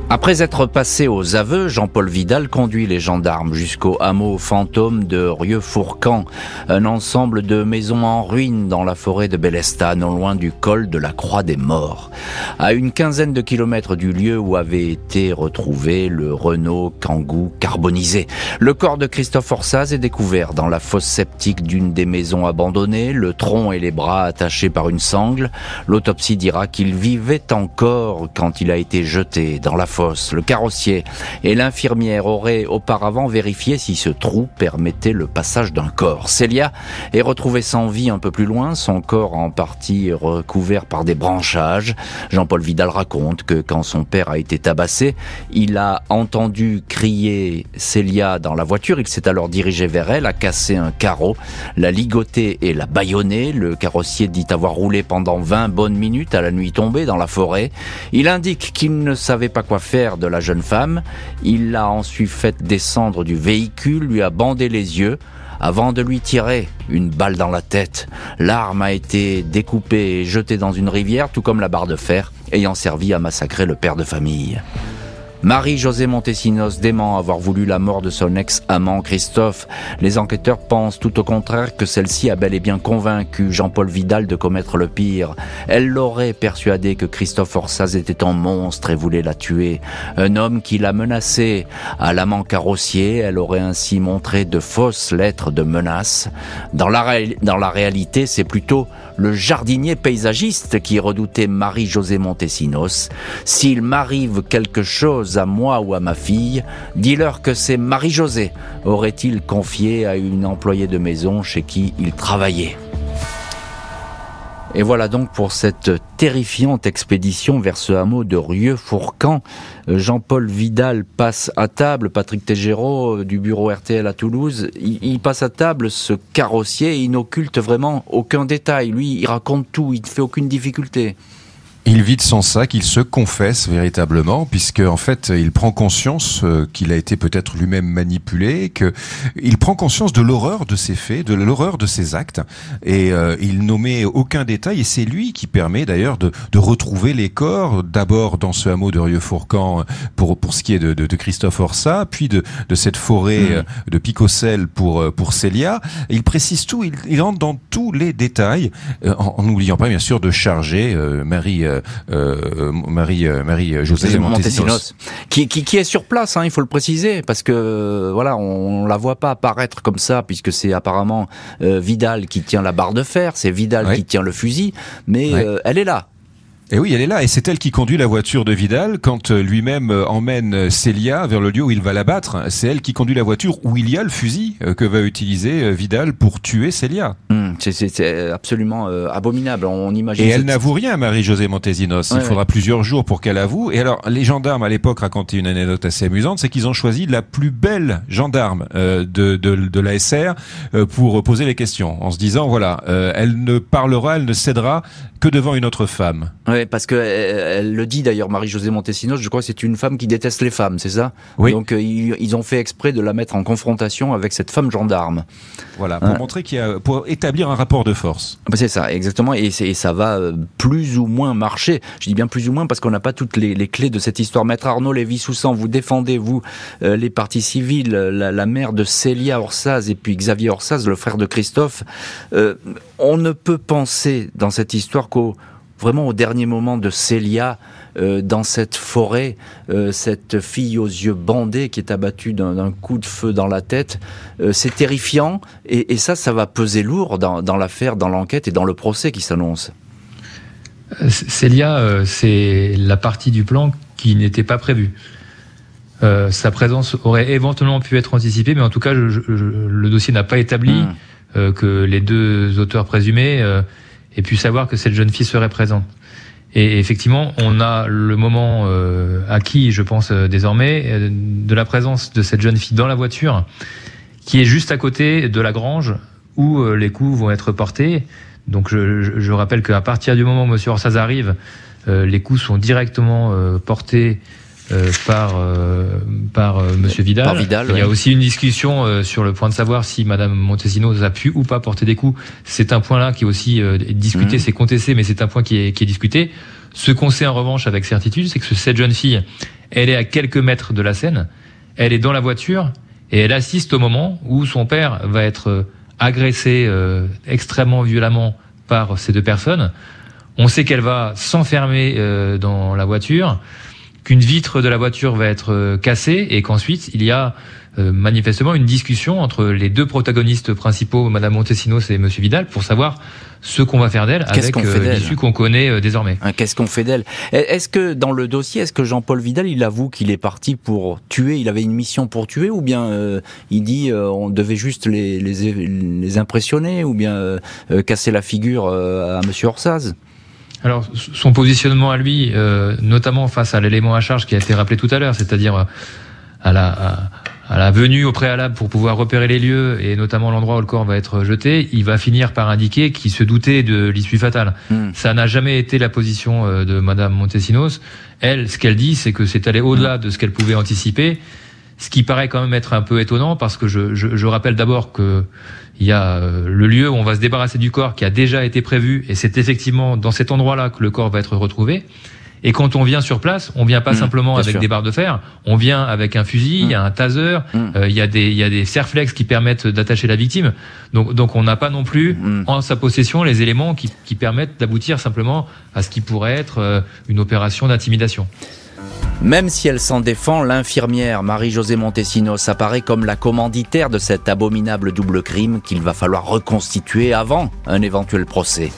Après être passé aux aveux, Jean-Paul Vidal conduit les gendarmes jusqu'au hameau fantôme de Rieux-Fourcamp, un ensemble de maisons en ruine dans la forêt de Bélestat, non loin du col de la Croix des Morts. À une quinzaine de kilomètres du lieu où avait été retrouvé le Renault Kangoo carbonisé. Le corps de Christophe Orsaz est découvert dans la fosse septique d'une des maisons abandonnées, le tronc et les bras attachés par une sangle. L'autopsie dira qu'il vivait encore quand il a été jeté dans la fosse. Le carrossier et l'infirmière auraient auparavant vérifié si ce trou permettait le passage d'un corps. Célia est retrouvée sans vie un peu plus loin, son corps en partie recouvert par des branchages. Jean-Paul Vidal raconte que quand son père a été tabassé, il a entendu crier Célia dans la voiture. Il s'est alors dirigé vers elle, a cassé un carreau, l'a ligotée et l'a bâillonnée. Le carrossier dit avoir roulé pendant vingt bonnes minutes à la nuit tombée dans la forêt. Il indique qu'il ne savait pas quoi faire de la jeune femme. Il l'a ensuite fait descendre du véhicule, lui a bandé les yeux avant de lui tirer une balle dans la tête. L'arme a été découpée et jetée dans une rivière, tout comme la barre de fer ayant servi à massacrer le père de famille. Marie-Josée Montesinos dément avoir voulu la mort de son ex-amant Christophe. Les enquêteurs pensent tout au contraire que celle-ci a bel et bien convaincu Jean-Paul Vidal de commettre le pire. Elle l'aurait persuadé que Christophe Orsaz était un monstre et voulait la tuer. Un homme qui l'a menacé. À l'amant carrossier, elle aurait ainsi montré de fausses lettres de menace. Dans la, ré- dans la réalité, c'est plutôt le jardinier paysagiste qui redoutait Marie-Josée Montesinos. S'il m'arrive quelque chose à moi ou à ma fille, dis-leur que c'est Marie-Josée, aurait-il confié à une employée de maison chez qui il travaillait. Et voilà donc pour cette terrifiante expédition vers ce hameau de Rieux-Fourcamp. Jean-Paul Vidal passe à table, Patrick Tégéraud du bureau R T L à Toulouse, il, il passe à table ce carrossier et il n'occulte vraiment aucun détail. Lui, il raconte tout, il ne fait aucune difficulté. Il vide son sac, il se confesse véritablement, puisque en fait, il prend conscience euh, qu'il a été peut-être lui-même manipulé, que il prend conscience de l'horreur de ses faits, de l'horreur de ses actes, et euh, il n'omet aucun détail. Et c'est lui qui permet d'ailleurs de, de retrouver les corps, d'abord dans ce hameau de Rieux-Fourcamp pour pour ce qui est de, de, de Christophe Orsaz, puis de, de cette forêt mmh. de Picocel pour pour Célia. Et il précise tout, il, il rentre dans tous les détails, euh, en n'oubliant pas bien sûr de charger euh, Marie. Euh, Euh, Marie euh, Marie Josée Montesinos qui, qui qui est sur place, hein, il faut le préciser, parce que voilà, on, on la voit pas apparaître comme ça, puisque c'est apparemment euh, Vidal qui tient la barre de fer, c'est Vidal oui. qui tient le fusil, mais oui. euh, elle est là. Et oui, elle est là, et c'est elle qui conduit la voiture de Vidal quand lui-même emmène Célia vers le lieu où il va l'abattre. C'est elle qui conduit la voiture où il y a le fusil que va utiliser Vidal pour tuer Célia. Mmh, c'est, c'est, c'est absolument euh, abominable. On imagine. Et elle n'avoue rien, Marie-Josée Montesinos. Ouais, il faudra ouais. plusieurs jours pour qu'elle avoue. Et alors, les gendarmes à l'époque racontaient une anecdote assez amusante, c'est qu'ils ont choisi la plus belle gendarme euh, de, de, de la S R euh, pour poser les questions, en se disant voilà, euh, elle ne parlera, elle ne cédera que devant une autre femme. Ouais, parce que elle, elle le dit d'ailleurs, Marie-Josée Montesinos, je crois que c'est une femme qui déteste les femmes, c'est ça ? Oui. Donc euh, ils, ils ont fait exprès de la mettre en confrontation avec cette femme gendarme. Voilà, pour hein. montrer qu'il y a, pour établir un rapport de force. C'est ça, exactement, et, c'est, et ça va plus ou moins marcher. Je dis bien plus ou moins parce qu'on n'a pas toutes les, les clés de cette histoire. Maître Arnaud Lévy-Soussan, vous défendez, vous, euh, les parties civiles, la, la mère de Célia Orsaz et puis Xavier Orsaz, le frère de Christophe. Euh, on ne peut penser dans cette histoire qu'au vraiment au dernier moment de Célia, euh, dans cette forêt, euh, cette fille aux yeux bandés qui est abattue d'un, d'un coup de feu dans la tête, euh, c'est terrifiant, et, et ça, ça va peser lourd dans, dans l'affaire, dans l'enquête et dans le procès qui s'annonce. Célia, euh, c'est la partie du plan qui n'était pas prévue. Euh, sa présence aurait éventuellement pu être anticipée, mais en tout cas, je, je, le dossier n'a pas établi mmh. euh, que les deux auteurs présumés euh, aient pu savoir que cette jeune fille serait présente. Et effectivement, on a le moment euh, acquis, je pense euh, désormais, euh, de la présence de cette jeune fille dans la voiture, qui est juste à côté de la grange où euh, les coups vont être portés. Donc je, je, je rappelle qu'à partir du moment où M. Orsaz arrive, euh, les coups sont directement euh, portés euh, par euh, par euh, M. Vidal. Par Vidal. Il y a ouais. aussi une discussion euh, sur le point de savoir si Mme Montesinos a pu ou pas porter des coups. C'est un point là qui est aussi euh, discuté, mmh. c'est contesté, mais c'est un point qui est, qui est discuté. Ce qu'on sait en revanche avec certitude, c'est que cette jeune fille, elle est à quelques mètres de la scène, elle est dans la voiture et elle assiste au moment où son père va être agressé euh, extrêmement violemment par ces deux personnes. On sait qu'elle va s'enfermer euh, dans la voiture, qu'une vitre de la voiture va être euh, cassée et qu'ensuite il y a euh, manifestement une discussion entre les deux protagonistes principaux, Madame Montesinos et Monsieur Vidal, pour savoir ce qu'on va faire d'elle avec qu'on euh, l'issue qu'on connaît euh, désormais. Hein, qu'est-ce qu'on fait d'elle ? Est-ce que dans le dossier, est-ce que Jean-Paul Vidal, il avoue qu'il est parti pour tuer, il avait une mission pour tuer, ou bien euh, il dit euh, on devait juste les, les, les impressionner, ou bien euh, euh, casser la figure euh, à Monsieur Orsaz ? Alors, son positionnement à lui, euh, notamment face à l'élément à charge qui a été rappelé tout à l'heure, c'est-à-dire à la, à, à la venue au préalable pour pouvoir repérer les lieux et notamment l'endroit où le corps va être jeté, il va finir par indiquer qu'il se doutait de l'issue fatale. Mmh. Ça n'a jamais été la position de Madame Montesinos. Elle, ce qu'elle dit, c'est que c'est allé au-delà de ce qu'elle pouvait anticiper, ce qui paraît quand même être un peu étonnant parce que je, je, je rappelle d'abord que il y a le lieu où on va se débarrasser du corps qui a déjà été prévu et c'est effectivement dans cet endroit-là que le corps va être retrouvé. Et quand on vient sur place, on vient pas mmh, simplement avec sûr. des barres de fer, on vient avec un fusil, il mmh. y a un taser, il mmh. euh, y a des il y a des serflex qui permettent d'attacher la victime. Donc donc on n'a pas non plus mmh. en sa possession les éléments qui qui permettent d'aboutir simplement à ce qui pourrait être euh, une opération d'intimidation. Même si elle s'en défend, l'infirmière Marie-Josée Montesinos apparaît comme la commanditaire de cet abominable double crime qu'il va falloir reconstituer avant un éventuel procès.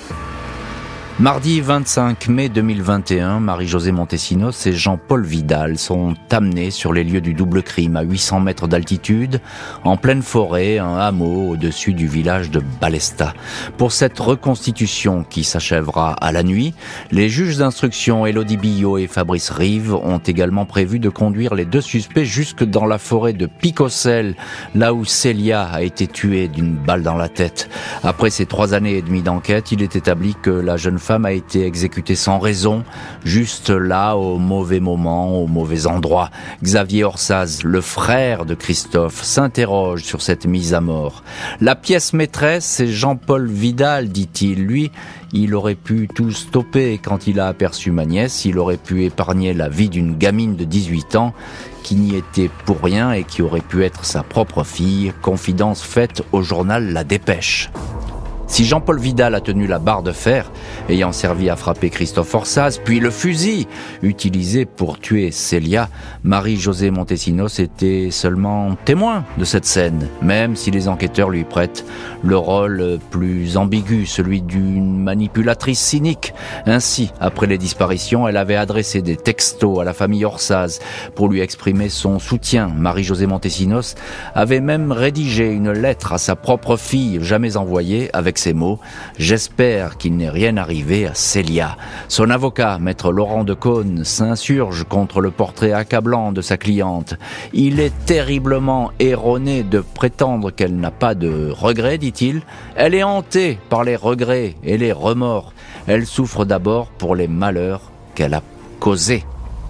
Mardi vingt-cinq mai deux mille vingt et un, Marie-Josée Montesinos et Jean-Paul Vidal sont amenés sur les lieux du double crime à huit cents mètres d'altitude, en pleine forêt, un hameau au-dessus du village de Balesta. Pour cette reconstitution qui s'achèvera à la nuit, les juges d'instruction Élodie Billot et Fabrice Rive ont également prévu de conduire les deux suspects jusque dans la forêt de Picocel, là où Célia a été tuée d'une balle dans la tête. Après ces trois années et demie d'enquête, il est établi que la jeune femme a été exécutée sans raison, juste là, au mauvais moment, au mauvais endroit. Xavier Orsaz, le frère de Christophe, s'interroge sur cette mise à mort. La pièce maîtresse, c'est Jean-Paul Vidal, dit-il. Lui, il aurait pu tout stopper quand il a aperçu ma nièce. Il aurait pu épargner la vie d'une gamine de dix-huit ans qui n'y était pour rien et qui aurait pu être sa propre fille. Confidence faite au journal La Dépêche. Si Jean-Paul Vidal a tenu la barre de fer, ayant servi à frapper Christophe Orsaz, puis le fusil utilisé pour tuer Célia, Marie-Josée Montesinos était seulement témoin de cette scène, même si les enquêteurs lui prêtent le rôle plus ambigu, celui d'une manipulatrice cynique. Ainsi, après les disparitions, elle avait adressé des textos à la famille Orsaz pour lui exprimer son soutien. Marie-Josée Montesinos avait même rédigé une lettre à sa propre fille, jamais envoyée, avec ces mots « J'espère qu'il n'est rien arrivé à Célia ». Son avocat, maître Laurent Decaune, s'insurge contre le portrait accablant de sa cliente. Il est terriblement erroné de prétendre qu'elle n'a pas de regrets, dit-il. Elle est hantée par les regrets et les remords. Elle souffre d'abord pour les malheurs qu'elle a causés.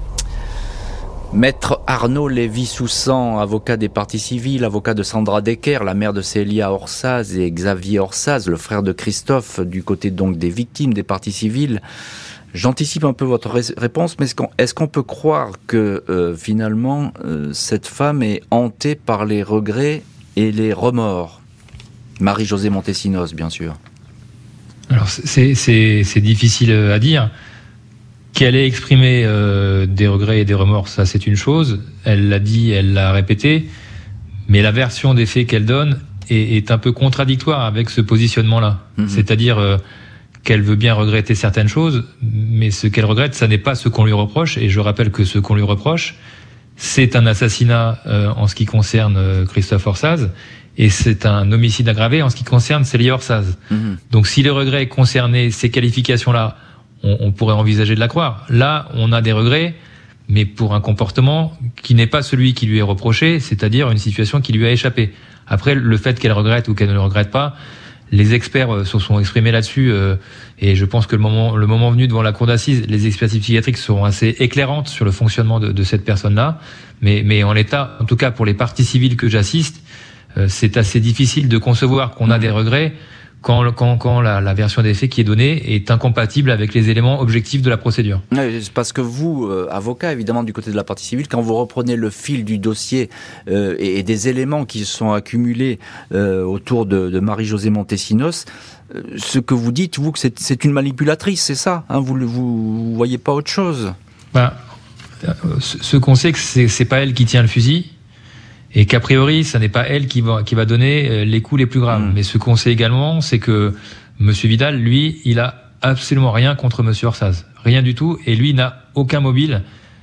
Maître Arnaud Lévy-Soussan, avocat des parties civiles, avocat de Sandra Decker, la mère de Célia Orsaz, et Xavier Orsaz, le frère de Christophe, du côté donc des victimes des parties civiles. J'anticipe un peu votre ré- réponse, mais est-ce qu'on, est-ce qu'on peut croire que euh, finalement euh, cette femme est hantée par les regrets et les remords ? Marie-Josée Montesinos, bien sûr. Alors c'est, c'est, c'est difficile à dire. Qu'elle ait exprimé euh, des regrets et des remords, ça c'est une chose. Elle l'a dit, elle l'a répété. Mais la version des faits qu'elle donne est, est un peu contradictoire avec ce positionnement-là. Mmh. C'est-à-dire euh, qu'elle veut bien regretter certaines choses, mais ce qu'elle regrette, ça n'est pas ce qu'on lui reproche. Et je rappelle que ce qu'on lui reproche, c'est un assassinat euh, en ce qui concerne euh, Christophe Orsaz, et c'est un homicide aggravé en ce qui concerne Célia Orsaz. Mmh. Donc si les regrets concernaient ces qualifications-là, on, on pourrait envisager de la croire. Là, on a des regrets, mais pour un comportement qui n'est pas celui qui lui est reproché, c'est-à-dire une situation qui lui a échappé. Après, le fait qu'elle regrette ou qu'elle ne le regrette pas, les experts se sont exprimés là-dessus, euh, et je pense que le moment, le moment venu devant la cour d'assises, les expertises psychiatriques seront assez éclairantes sur le fonctionnement de, de cette personne-là. Mais, mais en l'état, en tout cas pour les parties civiles que j'assiste, euh, c'est assez difficile de concevoir qu'on a des regrets quand, quand, quand la, la version des faits qui est donnée est incompatible avec les éléments objectifs de la procédure. Oui, parce que vous, euh, avocat, évidemment, du côté de la partie civile, quand vous reprenez le fil du dossier euh, et, et des éléments qui se sont accumulés euh, autour de, de Marie-Josée Montesinos, euh, ce que vous dites, vous, que c'est, c'est une manipulatrice, c'est ça, hein, vous ne vous, vous voyez pas autre chose? Ben, ce qu'on sait, que c'est, c'est pas elle qui tient le fusil, et qu'a priori, ça n'est pas elle qui va, qui va donner les coups les plus graves. Mmh. Mais ce qu'on sait également, c'est que Monsieur Vidal, lui, il a absolument rien contre Monsieur Orsaz. Rien du tout. Et lui n'a aucun mobile,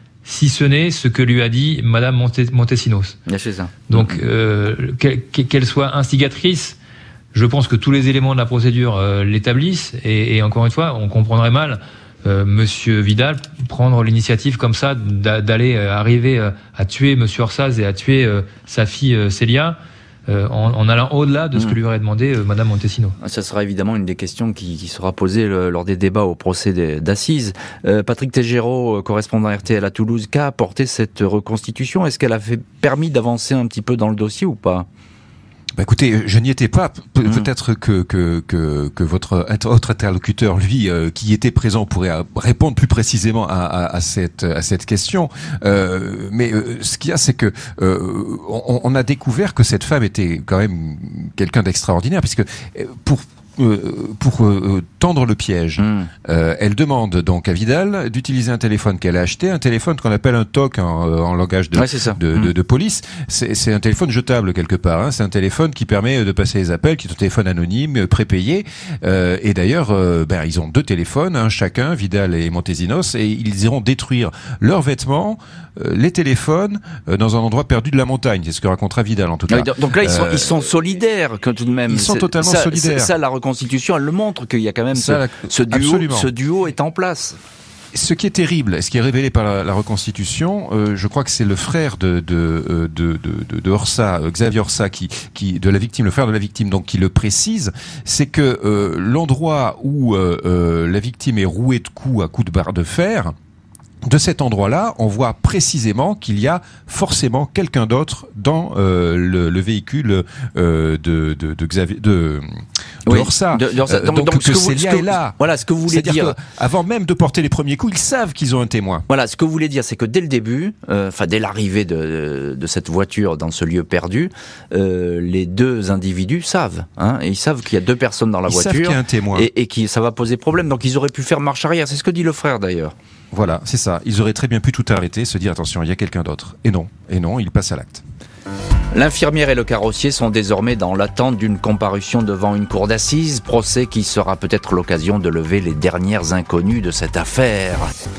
si ce n'est ce que lui a dit Madame Monte- Montesinos. C'est ça. Donc, euh, qu'elle, qu'elle soit instigatrice, je pense que tous les éléments de la procédure euh, l'établissent. Et, et encore une fois, on comprendrait mal Euh, Monsieur Vidal prendre l'initiative comme ça d'a, d'aller euh, arriver euh, à tuer Monsieur Orsaz et à tuer euh, sa fille euh, Célia euh, en, en allant au-delà de ce mmh. que lui aurait demandé euh, Madame Montesinos. Ça sera évidemment une des questions qui, qui sera posée le, lors des débats au procès des, d'assises. Euh, Patrick Tegero, correspondant R T L à Toulouse, qu'a apporté cette reconstitution? Est-ce qu'elle a fait, permis d'avancer un petit peu dans le dossier ou pas? Bah écoutez, je n'y étais pas. Pe- mmh. Peut-être que que que, que votre autre interlocuteur, lui, euh, qui était présent, pourrait répondre plus précisément à, à, à cette à cette question. Euh, mais euh, ce qu'il y a, c'est que euh, on, on a découvert que cette femme était quand même quelqu'un d'extraordinaire, puisque pour Euh, pour euh, tendre le piège, mmh. euh, elle demande donc à Vidal d'utiliser un téléphone qu'elle a acheté, un téléphone qu'on appelle un T O C en, en langage de, ouais, c'est ça. de, mmh. de, de police. C'est, c'est un téléphone jetable quelque part. Hein. C'est un téléphone qui permet de passer les appels, qui est un téléphone anonyme, prépayé. Euh, et d'ailleurs, euh, ben, ils ont deux téléphones, hein, chacun, Vidal et Montesinos, et ils iront détruire leurs vêtements, euh, les téléphones, euh, dans un endroit perdu de la montagne. C'est ce que racontera Vidal en tout cas. Ouais, donc là, ils sont, euh, ils sont solidaires quand tout de même. Ils sont c'est, totalement ça, solidaires. Ça, la Constitution, elle le montre qu'il y a quand même ça, ce, ce, duo, ce duo est en place. Ce qui est terrible, ce qui est révélé par la, la reconstitution, euh, je crois que c'est le frère de de de de, de Orsa, Xavier Orsa, qui qui de la victime, le frère de la victime, donc qui le précise, c'est que euh, l'endroit où euh, euh, la victime est rouée de coups à coups de barre de fer, de cet endroit-là, on voit précisément qu'il y a forcément quelqu'un d'autre dans euh, le, le véhicule euh, de, de, de Xavier, de, de oui, Orsa. De, de Orsa. Euh, donc, donc, donc que ce que Célia vous, est là. Voilà ce que vous voulez C'est-à-dire dire. Que, avant même de porter les premiers coups, ils savent qu'ils ont un témoin. Voilà, ce que vous voulez dire, c'est que dès le début, enfin euh, dès l'arrivée de, de cette voiture dans ce lieu perdu, euh, les deux individus savent, hein, et ils savent qu'il y a deux personnes dans la ils voiture, savent qu'il y a un témoin, et, et que ça va poser problème. Donc ils auraient pu faire marche arrière. C'est ce que dit le frère d'ailleurs. Voilà, c'est ça. Ils auraient très bien pu tout arrêter, se dire attention, il y a quelqu'un d'autre. Et non, et non, ils passent à l'acte. L'infirmière et le carrossier sont désormais dans l'attente d'une comparution devant une cour d'assises, procès qui sera peut-être l'occasion de lever les dernières inconnues de cette affaire.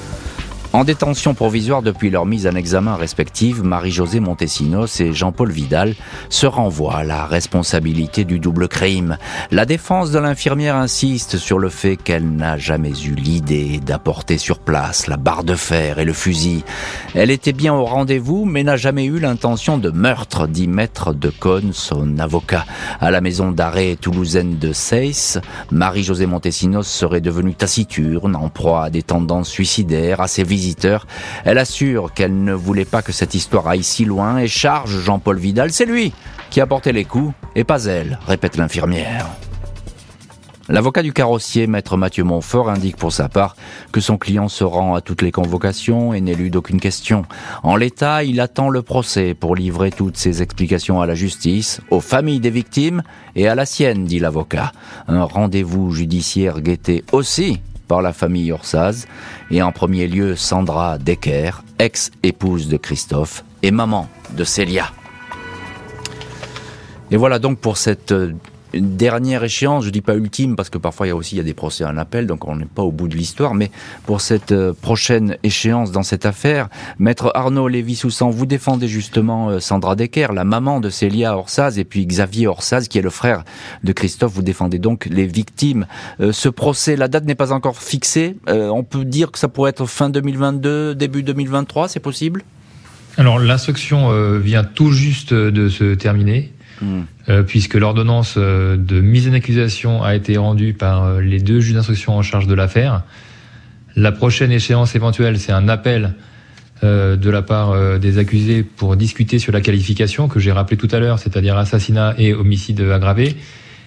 En détention provisoire depuis leur mise en examen respective, Marie-Josée Montesinos et Jean-Paul Vidal se renvoient à la responsabilité du double crime. La défense de l'infirmière insiste sur le fait qu'elle n'a jamais eu l'idée d'apporter sur place la barre de fer et le fusil. Elle était bien au rendez-vous, mais n'a jamais eu l'intention de meurtre, dit Maître Decaune, son avocat. À la maison d'arrêt toulousaine de Seyss, Marie-Josée Montesinos serait devenue taciturne, en proie à des tendances suicidaires, à ses visiteurs. Elle assure qu'elle ne voulait pas que cette histoire aille si loin et charge Jean-Paul Vidal. C'est lui qui a porté les coups et pas elle, répète l'infirmière. L'avocat du carrossier, maître Mathieu Montfort, indique pour sa part que son client se rend à toutes les convocations et n'élude aucune question. En l'état, il attend le procès pour livrer toutes ses explications à la justice, aux familles des victimes et à la sienne, dit l'avocat. Un rendez-vous judiciaire guetté aussi par la famille Orsaz, et en premier lieu Sandra Decker, ex-épouse de Christophe et maman de Célia. Et voilà donc pour cette dernière échéance, je dis pas ultime parce que parfois il y a aussi il y a des procès en appel, donc on n'est pas au bout de l'histoire, mais pour cette prochaine échéance dans cette affaire, Maître Arnaud Lévy-Soussan, vous défendez justement Sandra Decker, la maman de Célia Orsaz, et puis Xavier Orsaz qui est le frère de Christophe. Vous défendez donc les victimes. Euh, ce procès, la date n'est pas encore fixée. Euh, on peut dire que ça pourrait être fin deux mille vingt-deux, début deux mille vingt-trois, c'est possible ? Alors l'instruction euh, vient tout juste de se terminer. Mmh. Euh, puisque l'ordonnance euh, de mise en accusation a été rendue par euh, les deux juges d'instruction en charge de l'affaire. La prochaine échéance éventuelle, c'est un appel euh, de la part euh, des accusés pour discuter sur la qualification que j'ai rappelé tout à l'heure, c'est-à-dire assassinat et homicide aggravé.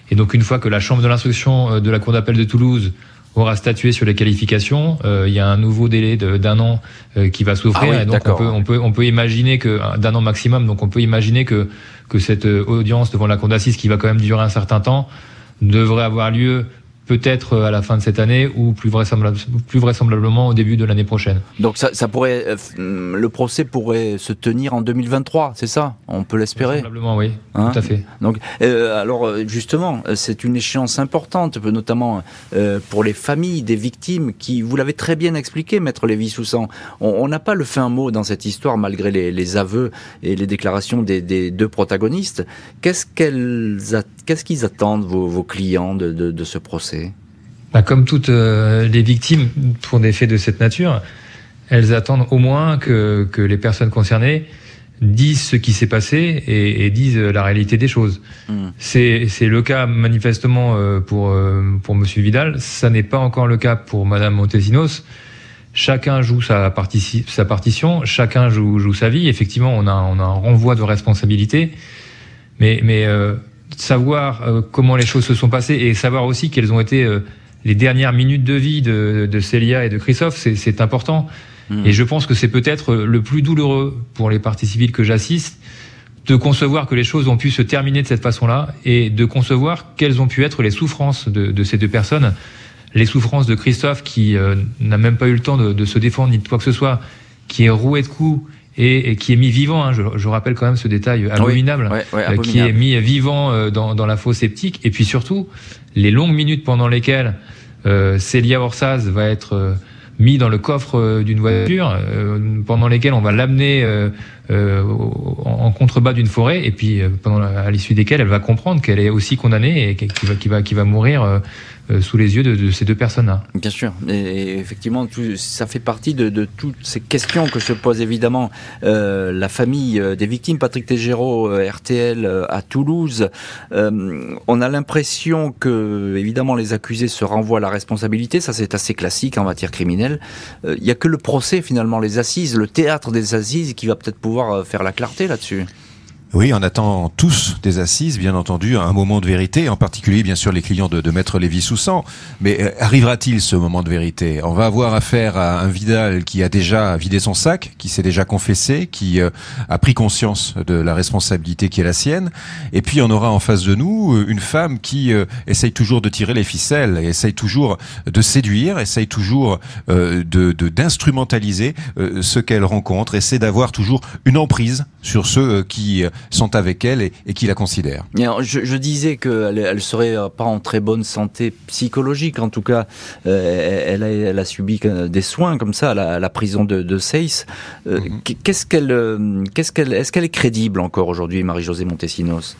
Et donc une fois que la chambre de l'instruction de la cour d'appel de Toulouse aura statué sur les qualifications, euh, il y a un nouveau délai de, d'un an euh, qui va s'offrir. Ah oui, et donc on peut, on peut, on peut imaginer que d'un an maximum. Donc on peut imaginer que que cette audience devant la cour d'assises, qui va quand même durer un certain temps, devrait avoir lieu peut-être à la fin de cette année ou plus, vraisemblable, plus vraisemblablement au début de l'année prochaine. Donc ça, ça pourrait, euh, le procès pourrait se tenir en deux mille vingt-trois, c'est ça? On peut l'espérer? Vraisemblablement, oui, hein, tout à fait. Donc, euh, alors justement, c'est une échéance importante, notamment euh, pour les familles des victimes qui, vous l'avez très bien expliqué, Maître Lévy-Soussan, on n'a pas le fin mot dans cette histoire malgré les, les aveux et les déclarations des, des deux protagonistes. Qu'est-ce qu'elles, qu'est-ce qu'ils attendent, vos, vos clients, de, de, de ce procès? Bah, comme toutes euh, les victimes pour des faits de cette nature, elles attendent au moins que, que les personnes concernées disent ce qui s'est passé et, et disent la réalité des choses. Mmh. C'est, c'est le cas manifestement euh, pour, euh, pour Monsieur Vidal. Ça n'est pas encore le cas pour Madame Montesinos. Chacun joue sa, partici- sa partition, chacun joue, joue sa vie. Effectivement, on a, on a un renvoi de responsabilité, mais, mais euh, savoir euh, comment les choses se sont passées et savoir aussi quelles ont été euh, les dernières minutes de vie de, de Célia et de Christophe, c'est, c'est important. Mmh. Et je pense que c'est peut-être le plus douloureux pour les parties civiles que j'assiste, de concevoir que les choses ont pu se terminer de cette façon-là et de concevoir quelles ont pu être les souffrances de, de ces deux personnes. Les souffrances de Christophe qui euh, n'a même pas eu le temps de, de se défendre ni de quoi que ce soit, qui est roué de coups et, et qui est mis vivant. Hein, je, je rappelle quand même ce détail abominable, oui, ouais, ouais, abominable. Euh, qui est mis vivant euh, dans, dans la fosse septique. Et puis surtout, les longues minutes pendant lesquelles euh, Célia Orsaz va être euh, mis dans le coffre euh, d'une voiture, euh, pendant lesquelles on va l'amener euh, euh, en, en contrebas d'une forêt, et puis euh, pendant la, à l'issue desquelles elle va comprendre qu'elle est aussi condamnée et qu'il va, qu'il va, qu'il va mourir euh, Euh, sous les yeux de, de ces deux personnes-là. Bien sûr, et, et effectivement, tout, ça fait partie de, de toutes ces questions que se pose évidemment euh, la famille euh, des victimes. Patrick Tegero, euh, R T L euh, à Toulouse. Euh, on a l'impression que, évidemment, les accusés se renvoient à la responsabilité. Ça, c'est assez classique en matière criminelle. Il euh, n'y a que le procès, finalement, les assises, le théâtre des assises, qui va peut-être pouvoir faire la clarté là-dessus. Oui, on attend tous des assises, bien entendu, un moment de vérité, en particulier, bien sûr, les clients de, de Maître Lévy-Soussan. Mais euh, arrivera-t-il ce moment de vérité? On va avoir affaire à un Vidal qui a déjà vidé son sac, qui s'est déjà confessé, qui euh, a pris conscience de la responsabilité qui est la sienne. Et puis, on aura en face de nous une femme qui euh, essaye toujours de tirer les ficelles, essaye toujours de séduire, essaye toujours euh, de, de d'instrumentaliser euh, ce qu'elle rencontre, essaie d'avoir toujours une emprise sur ceux euh, qui euh, sont avec elle et, et qui la considèrent. Je, je disais qu'elle elle serait pas en très bonne santé psychologique, en tout cas euh, elle, a, elle a subi des soins comme ça à la, à la prison de, de Seyss. Euh, mm-hmm. Qu'est-ce qu'elle, qu'est-ce qu'elle, est-ce qu'elle est crédible encore aujourd'hui, Marie-Josée Montesinos?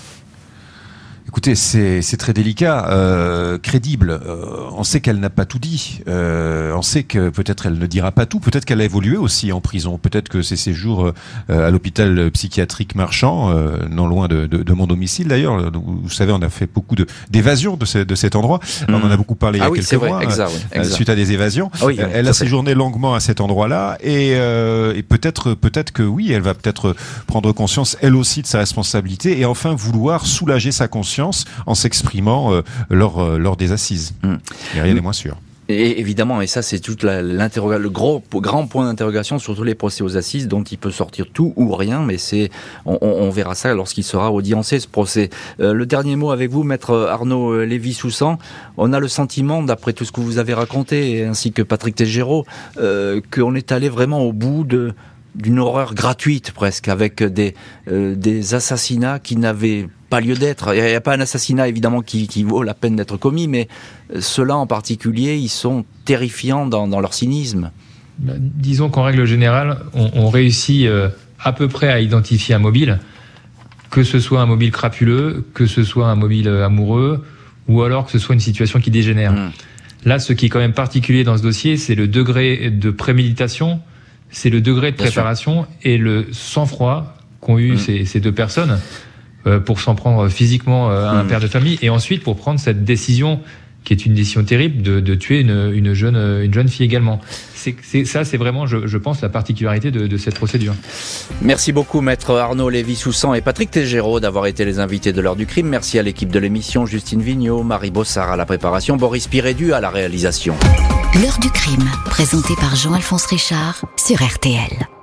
Écoutez, c'est, c'est très délicat, euh, crédible. Euh, on sait qu'elle n'a pas tout dit. Euh, on sait que peut-être elle ne dira pas tout. Peut-être qu'elle a évolué aussi en prison. Peut-être que ses séjours euh, à l'hôpital psychiatrique Marchand, euh, non loin de, de, de mon domicile d'ailleurs. Vous savez, on a fait beaucoup de, d'évasions de, ce, de cet endroit. Mmh. On en a beaucoup parlé il y a ah oui, quelques vrai, mois, exact, oui, exact. Euh, suite à des évasions. Ah oui, oui, elle a séjourné longuement à cet endroit-là et, euh, et peut-être, peut-être que oui, elle va peut-être prendre conscience elle aussi de sa responsabilité et enfin vouloir soulager sa conscience en s'exprimant euh, lors, euh, lors des assises. Mmh. Et rien n'est moins sûr. Et évidemment, et ça c'est toute la, l'interrogation, le gros, grand point d'interrogation sur tous les procès aux assises, dont il peut sortir tout ou rien, mais c'est, on, on verra ça lorsqu'il sera audiencé ce procès. Euh, le dernier mot avec vous, Maître Arnaud Lévy-Soussan. On a le sentiment, d'après tout ce que vous avez raconté, ainsi que Patrick Tegero, euh, qu'on est allé vraiment au bout de d'une horreur gratuite presque, avec des, euh, des assassinats qui n'avaient pas lieu d'être. Il n'y a pas un assassinat évidemment qui, qui vaut la peine d'être commis, mais ceux-là en particulier, ils sont terrifiants dans, dans leur cynisme. Ben, disons qu'en règle générale, on, on réussit euh, à peu près à identifier un mobile, que ce soit un mobile crapuleux, que ce soit un mobile amoureux, ou alors que ce soit une situation qui dégénère. Mmh. Là, ce qui est quand même particulier dans ce dossier, c'est le degré de préméditation, c'est le degré de Bien préparation sûr. Et le sang-froid qu'ont eu mmh. ces, ces deux personnes euh, pour s'en prendre physiquement euh, à un mmh. père de famille et ensuite pour prendre cette décision qui est une décision terrible de, de tuer une, une jeune, une jeune fille également. C'est, c'est, ça, c'est vraiment, je, je pense, la particularité de, de cette procédure. Merci beaucoup, maître Arnaud Lévy-Soussan et Patrick Tégéraud d'avoir été les invités de l'heure du crime. Merci à l'équipe de l'émission, Justine Vignot, Marie Bossard à la préparation, Boris Pirédu à la réalisation. L'heure du crime, présentée par Jean-Alphonse Richard sur R T L.